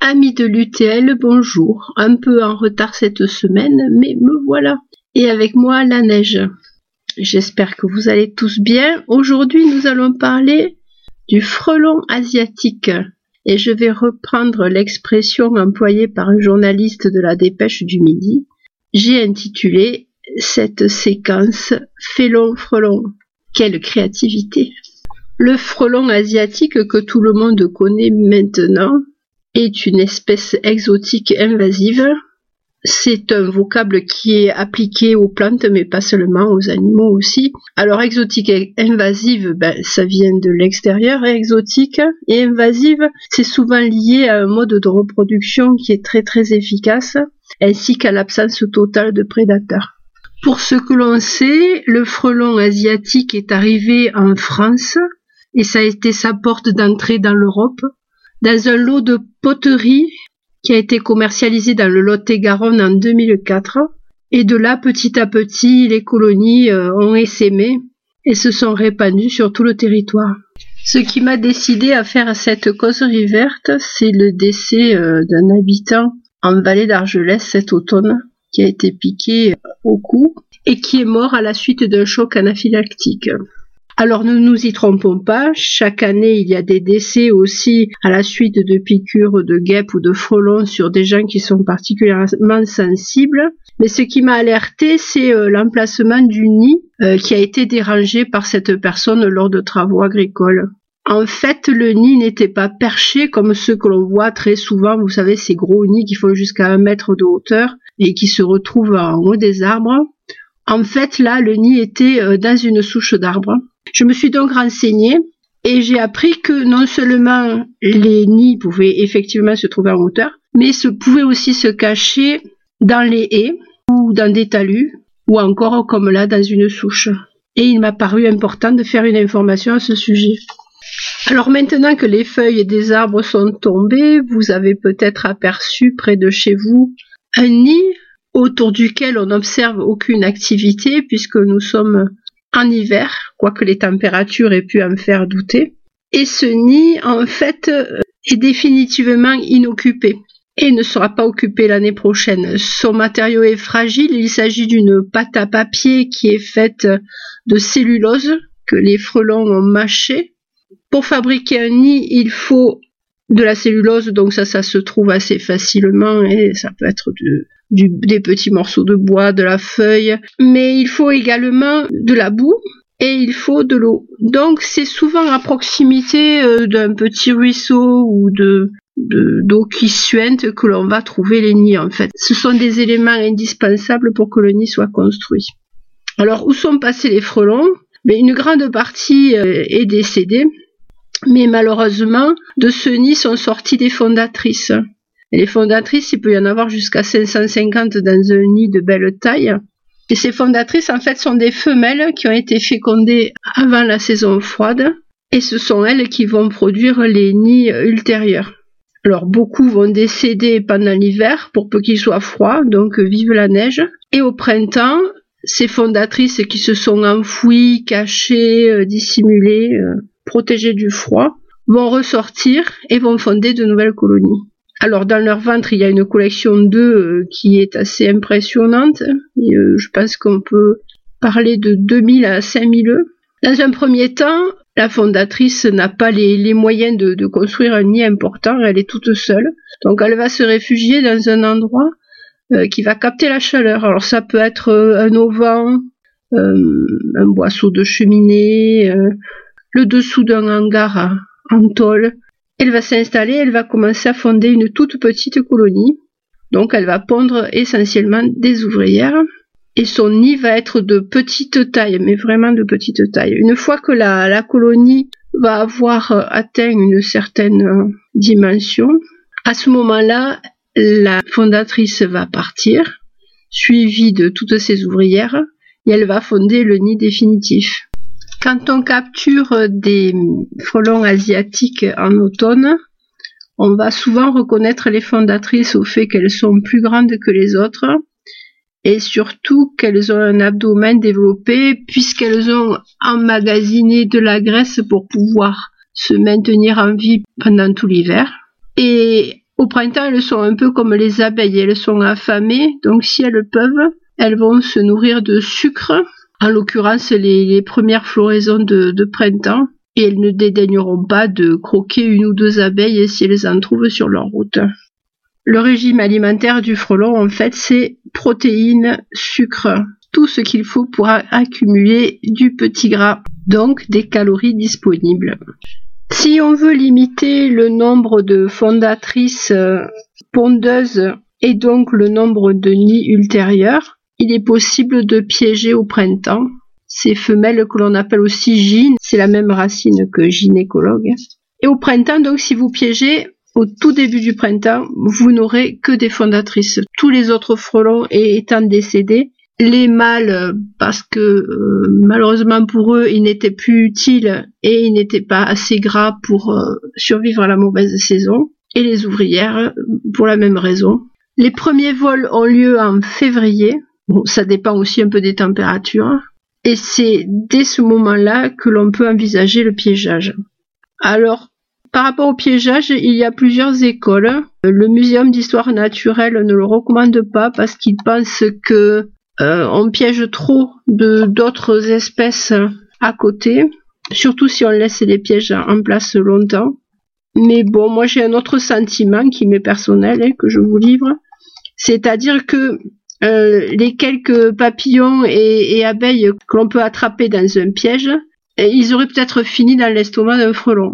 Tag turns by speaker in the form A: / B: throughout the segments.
A: Amis de l'UTL, bonjour. Un peu en retard cette semaine, mais me voilà. Et avec moi, la neige. J'espère que vous allez tous bien. Aujourd'hui, nous allons parler du frelon asiatique. Et je vais reprendre l'expression employée par un journaliste de la Dépêche du Midi. J'ai intitulé cette séquence « Félon frelon ». Quelle créativité! Le frelon asiatique que tout le monde connaît maintenant est une espèce exotique invasive. C'est un vocable qui est appliqué aux plantes, mais pas seulement, aux animaux aussi. Alors, exotique et invasive, ça vient de l'extérieur. Exotique et invasive, c'est souvent lié à un mode de reproduction qui est très très efficace, ainsi qu'à l'absence totale de prédateurs. Pour ce que l'on sait, le frelon asiatique est arrivé en France, et ça a été sa porte d'entrée dans l'Europe, dans un lot de poterie qui a été commercialisé dans le Lot-et-Garonne en 2004. Et de là, petit à petit, les colonies ont essaimé et se sont répandues sur tout le territoire. Ce qui m'a décidé à faire cette causerie verte, c'est le décès d'un habitant en vallée d'Argelès cet automne, qui a été piqué au cou et qui est mort à la suite d'un choc anaphylactique. Alors ne nous y trompons pas, chaque année il y a des décès aussi à la suite de piqûres de guêpes ou de frelons sur des gens qui sont particulièrement sensibles. Mais ce qui m'a alerté, c'est l'emplacement du nid qui a été dérangé par cette personne lors de travaux agricoles. En fait, le nid n'était pas perché comme ceux que l'on voit très souvent, vous savez, ces gros nids qui font jusqu'à 1 mètre de hauteur et qui se retrouvent en haut des arbres. En fait, là, le nid était dans une souche d'arbre. Je me suis donc renseignée et j'ai appris que non seulement les nids pouvaient effectivement se trouver en hauteur, mais pouvaient aussi se cacher dans les haies ou dans des talus ou encore comme là dans une souche. Et il m'a paru important de faire une information à ce sujet. Alors maintenant que les feuilles des arbres sont tombées, vous avez peut-être aperçu près de chez vous un nid autour duquel on n'observe aucune activité puisque nous sommes en hiver, quoique les températures aient pu en faire douter. Et ce nid, en fait, est définitivement inoccupé et ne sera pas occupé l'année prochaine. Son matériau est fragile, il s'agit d'une pâte à papier qui est faite de cellulose que les frelons ont mâchée. Pour fabriquer un nid, il faut de la cellulose, donc ça se trouve assez facilement et ça peut être des petits morceaux de bois, de la feuille, mais il faut également de la boue et il faut de l'eau. Donc c'est souvent à proximité d'un petit ruisseau ou d'eau qui suinte que l'on va trouver les nids en fait. Ce sont des éléments indispensables pour que le nid soit construit. Alors où sont passés les frelons? Une grande partie est décédée, mais malheureusement de ce nid sont sorties des fondatrices. Et les fondatrices, il peut y en avoir jusqu'à 550 dans un nid de belle taille. Et ces fondatrices, en fait, sont des femelles qui ont été fécondées avant la saison froide. Et ce sont elles qui vont produire les nids ultérieurs. Alors, beaucoup vont décéder pendant l'hiver, pour peu qu'il soit froid, donc vive la neige. Et au printemps, ces fondatrices qui se sont enfouies, cachées, dissimulées, protégées du froid, vont ressortir et vont fonder de nouvelles colonies. Alors dans leur ventre, il y a une collection d'œufs qui est assez impressionnante. Et, je pense qu'on peut parler de 2000 à 5000 œufs. Dans un premier temps, la fondatrice n'a pas les moyens de construire un nid important, elle est toute seule. Donc elle va se réfugier dans un endroit qui va capter la chaleur. Alors ça peut être un auvent, un boisseau de cheminée, le dessous d'un hangar en tôle. Elle va s'installer, elle va commencer à fonder une toute petite colonie. Donc elle va pondre essentiellement des ouvrières. Et son nid va être de petite taille, mais vraiment de petite taille. Une fois que la colonie va avoir atteint une certaine dimension, à ce moment-là, la fondatrice va partir, suivie de toutes ses ouvrières, et elle va fonder le nid définitif. Quand on capture des frelons asiatiques en automne, on va souvent reconnaître les fondatrices au fait qu'elles sont plus grandes que les autres et surtout qu'elles ont un abdomen développé puisqu'elles ont emmagasiné de la graisse pour pouvoir se maintenir en vie pendant tout l'hiver. Et Au printemps, elles sont un peu comme les abeilles, elles sont affamées, donc si elles peuvent, elles vont se nourrir de sucre, en l'occurrence les premières floraisons de printemps, et elles ne dédaigneront pas de croquer une ou deux abeilles si elles en trouvent sur leur route. Le régime alimentaire du frelon, en fait, c'est protéines, sucre, tout ce qu'il faut pour accumuler du petit gras, donc des calories disponibles. Si on veut limiter le nombre de fondatrices pondeuses et donc le nombre de nids ultérieurs, il est possible de piéger au printemps ces femelles que l'on appelle aussi gynes, c'est la même racine que gynécologue. Et au printemps, donc, si vous piégez, au tout début du printemps, vous n'aurez que des fondatrices. Tous les autres frelons étant décédés, les mâles, parce que malheureusement pour eux, ils n'étaient plus utiles et ils n'étaient pas assez gras pour survivre à la mauvaise saison, et les ouvrières, pour la même raison. Les premiers vols ont lieu en février. Bon, ça dépend aussi un peu des températures. Et c'est dès ce moment-là que l'on peut envisager le piégeage. Alors, par rapport au piégeage, il y a plusieurs écoles. Le Muséum d'histoire naturelle ne le recommande pas parce qu'il pense que on piège trop d'autres espèces à côté, surtout si on laisse les pièges en place longtemps. Mais bon, moi j'ai un autre sentiment qui m'est personnel, que je vous livre, c'est-à-dire que les quelques papillons et abeilles que l'on peut attraper dans un piège, ils auraient peut-être fini dans l'estomac d'un frelon.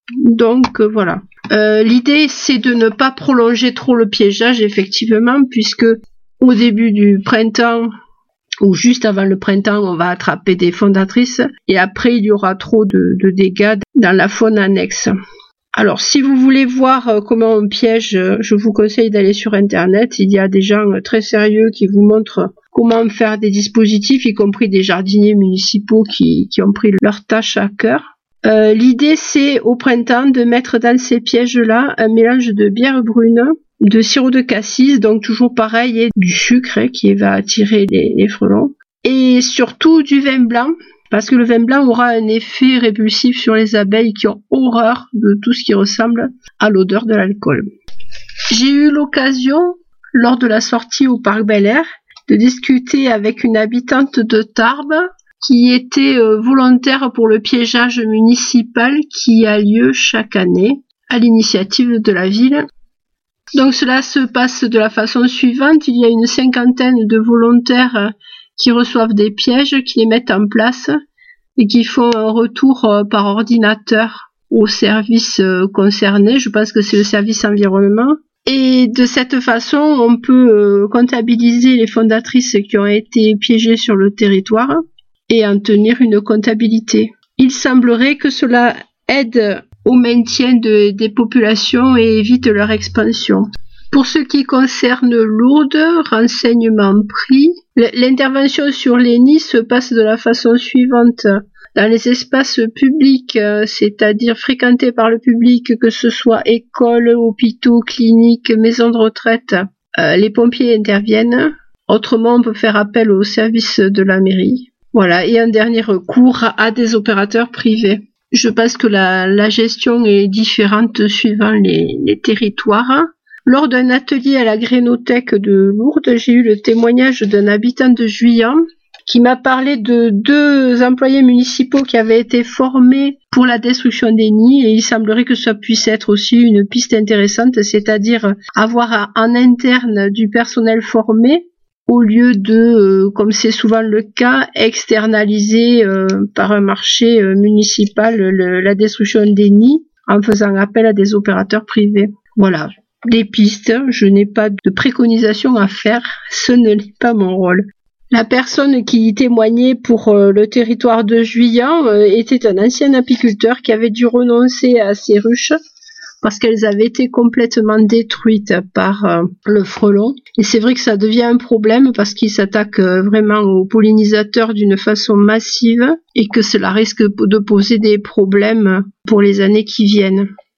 A: Donc voilà. L'idée c'est de ne pas prolonger trop le piégeage, effectivement, puisque au début du printemps ou juste avant le printemps, on va attraper des fondatrices et après il y aura trop de dégâts dans la faune annexe. Alors, si vous voulez voir comment on piège, je vous conseille d'aller sur Internet. Il y a des gens très sérieux qui vous montrent comment faire des dispositifs, y compris des jardiniers municipaux qui ont pris leur tâche à cœur. L'idée, c'est au printemps de mettre dans ces pièges-là un mélange de bière brune, de sirop de cassis, donc toujours pareil, et du sucre qui va attirer les frelons, et surtout du vin blanc. Parce que le vin blanc aura un effet répulsif sur les abeilles qui ont horreur de tout ce qui ressemble à l'odeur de l'alcool. J'ai eu l'occasion, lors de la sortie au Parc Bel-Air, de discuter avec une habitante de Tarbes qui était volontaire pour le piégeage municipal qui a lieu chaque année à l'initiative de la ville. Donc cela se passe de la façon suivante, il y a une 50aine de volontaires qui reçoivent des pièges, qui les mettent en place et qui font un retour par ordinateur au service concerné. Je pense que c'est le service environnement. Et de cette façon, on peut comptabiliser les fondatrices qui ont été piégées sur le territoire et en tenir une comptabilité. Il semblerait que cela aide au maintien des populations et évite leur expansion. Pour ce qui concerne Lourdes, renseignements pris, l'intervention sur les nids se passe de la façon suivante. Dans les espaces publics, c'est-à-dire fréquentés par le public, que ce soit écoles, hôpitaux, cliniques, maisons de retraite, les pompiers interviennent. Autrement, on peut faire appel au service de la mairie. Voilà, et en dernier recours à des opérateurs privés. Je pense que la gestion est différente suivant les territoires. Lors d'un atelier à la Grénothèque de Lourdes, j'ai eu le témoignage d'un habitant de Juillan qui m'a parlé de 2 employés municipaux qui avaient été formés pour la destruction des nids, et il semblerait que ça puisse être aussi une piste intéressante, c'est-à-dire avoir en interne du personnel formé au lieu de, comme c'est souvent le cas, externaliser par un marché municipal la destruction des nids en faisant appel à des opérateurs privés. Voilà. Des pistes, je n'ai pas de préconisation à faire, ce n'est pas mon rôle. La personne qui témoignait pour le territoire de Juillan était un ancien apiculteur qui avait dû renoncer à ses ruches parce qu'elles avaient été complètement détruites par le frelon. Et c'est vrai que ça devient un problème parce qu'il s'attaque vraiment aux pollinisateurs d'une façon massive et que cela risque de poser des problèmes pour les années qui viennent.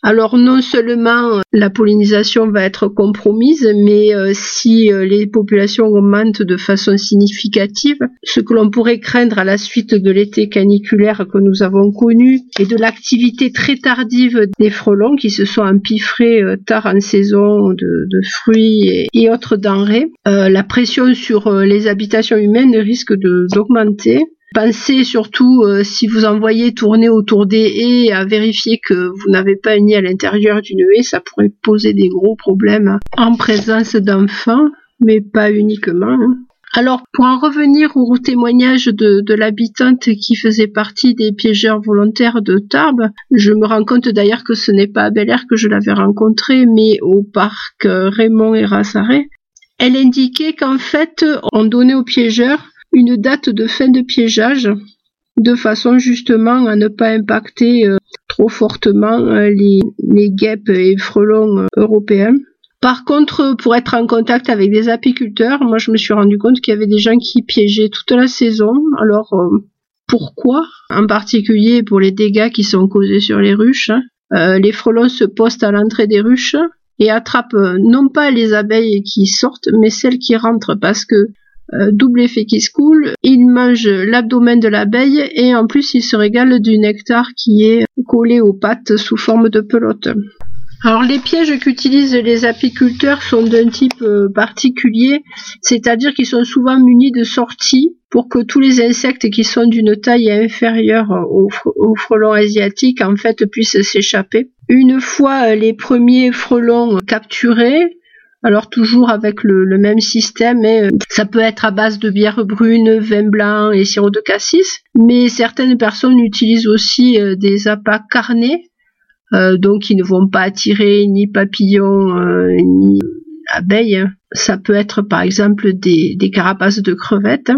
A: Alors non seulement la pollinisation va être compromise, mais si les populations augmentent de façon significative, ce que l'on pourrait craindre à la suite de l'été caniculaire que nous avons connu et de l'activité très tardive des frelons qui se sont empiffrés tard en saison de fruits et autres denrées, la pression sur les habitations humaines risque d'augmenter. Pensez surtout, si vous envoyez tourner autour des haies, à vérifier que vous n'avez pas un nid à l'intérieur d'une haie, ça pourrait poser des gros problèmes en présence d'enfants, mais pas uniquement. Alors, pour en revenir au témoignage de l'habitante qui faisait partie des piégeurs volontaires de Tarbes, je me rends compte d'ailleurs que ce n'est pas à Bel-Air que je l'avais rencontrée, mais au parc Raymond et Rassaret. Elle indiquait qu'en fait, on donnait aux piégeurs une date de fin de piégeage, de façon justement à ne pas impacter trop fortement les guêpes et frelons européens. Par contre, pour être en contact avec des apiculteurs, moi je me suis rendu compte qu'il y avait des gens qui piégeaient toute la saison. Alors pourquoi ? En particulier pour les dégâts qui sont causés sur les ruches. Les frelons se postent à l'entrée des ruches et attrapent non pas les abeilles qui sortent, mais celles qui rentrent, parce que double effet qui se coule, il mange l'abdomen de l'abeille et en plus il se régale du nectar qui est collé aux pattes sous forme de pelote. Alors les pièges qu'utilisent les apiculteurs sont d'un type particulier, c'est-à-dire qu'ils sont souvent munis de sorties pour que tous les insectes qui sont d'une taille inférieure aux frelons asiatiques en fait puissent s'échapper. Une fois les premiers frelons capturés, alors toujours avec le même système, ça peut être à base de bière brune, vin blanc et sirop de cassis, mais certaines personnes utilisent aussi des appâts carnés, donc qui ne vont pas attirer ni papillons ni abeilles. Ça peut être par exemple des carapaces de crevettes.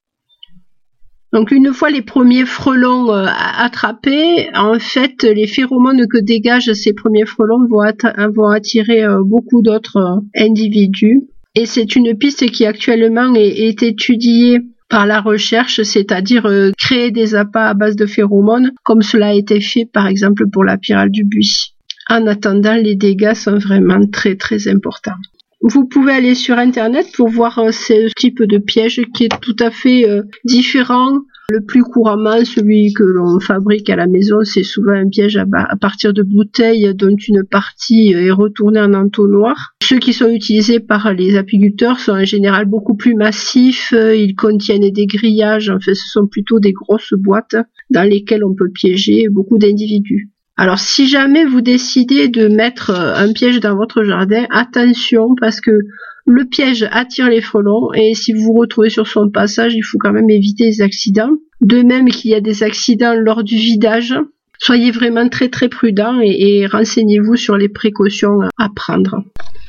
A: Donc une fois les premiers frelons attrapés, en fait les phéromones que dégagent ces premiers frelons vont attirer beaucoup d'autres individus. Et c'est une piste qui actuellement est étudiée par la recherche, c'est-à-dire créer des appâts à base de phéromones, comme cela a été fait par exemple pour la pyrale du buis. En attendant, les dégâts sont vraiment très très importants. Vous pouvez aller sur internet pour voir ce type de piège qui est tout à fait différent. Le plus couramment, celui que l'on fabrique à la maison, c'est souvent un piège à partir de bouteilles dont une partie est retournée en entonnoir. Ceux qui sont utilisés par les apiculteurs sont en général beaucoup plus massifs, ils contiennent des grillages, en fait ce sont plutôt des grosses boîtes dans lesquelles on peut piéger beaucoup d'individus. Alors si jamais vous décidez de mettre un piège dans votre jardin, attention parce que le piège attire les frelons et si vous vous retrouvez sur son passage, il faut quand même éviter les accidents. De même qu'il y a des accidents lors du vidage, soyez vraiment très très prudents et renseignez-vous sur les précautions à prendre.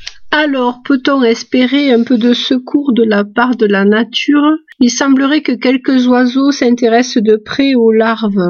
A: Alors, peut-on espérer un peu de secours de la part de la nature ? Il semblerait que quelques oiseaux s'intéressent de près aux larves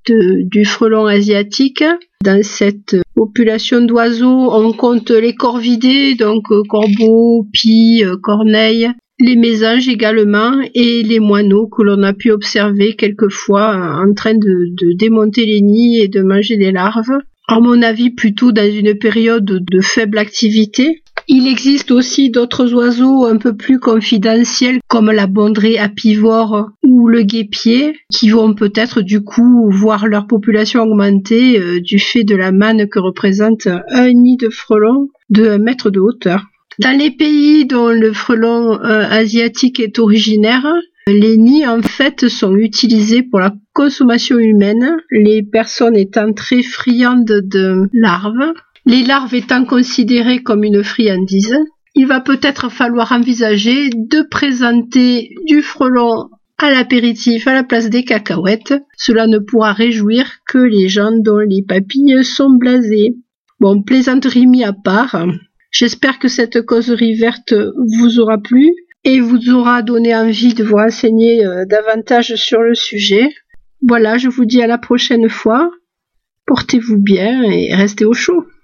A: du frelon asiatique. Dans cette population d'oiseaux, on compte les corvidés, donc corbeaux, pies, corneilles, les mésanges également et les moineaux que l'on a pu observer quelquefois en train de démonter les nids et de manger des larves. À mon avis, plutôt dans une période de faible activité. Il existe aussi d'autres oiseaux un peu plus confidentiels comme la bondrée apivore ou le guêpier qui vont peut-être du coup voir leur population augmenter du fait de la manne que représente un nid de frelons de 1 mètre de hauteur. Dans les pays dont le frelon asiatique est originaire, les nids en fait sont utilisés pour la consommation humaine, les personnes étant très friandes de larves. Les larves étant considérées comme une friandise, il va peut-être falloir envisager de présenter du frelon à l'apéritif à la place des cacahuètes. Cela ne pourra réjouir que les gens dont les papilles sont blasées. Bon, plaisanterie mis à part, j'espère que cette causerie verte vous aura plu et vous aura donné envie de vous renseigner davantage sur le sujet. Voilà, je vous dis à la prochaine fois. Portez-vous bien et restez au chaud.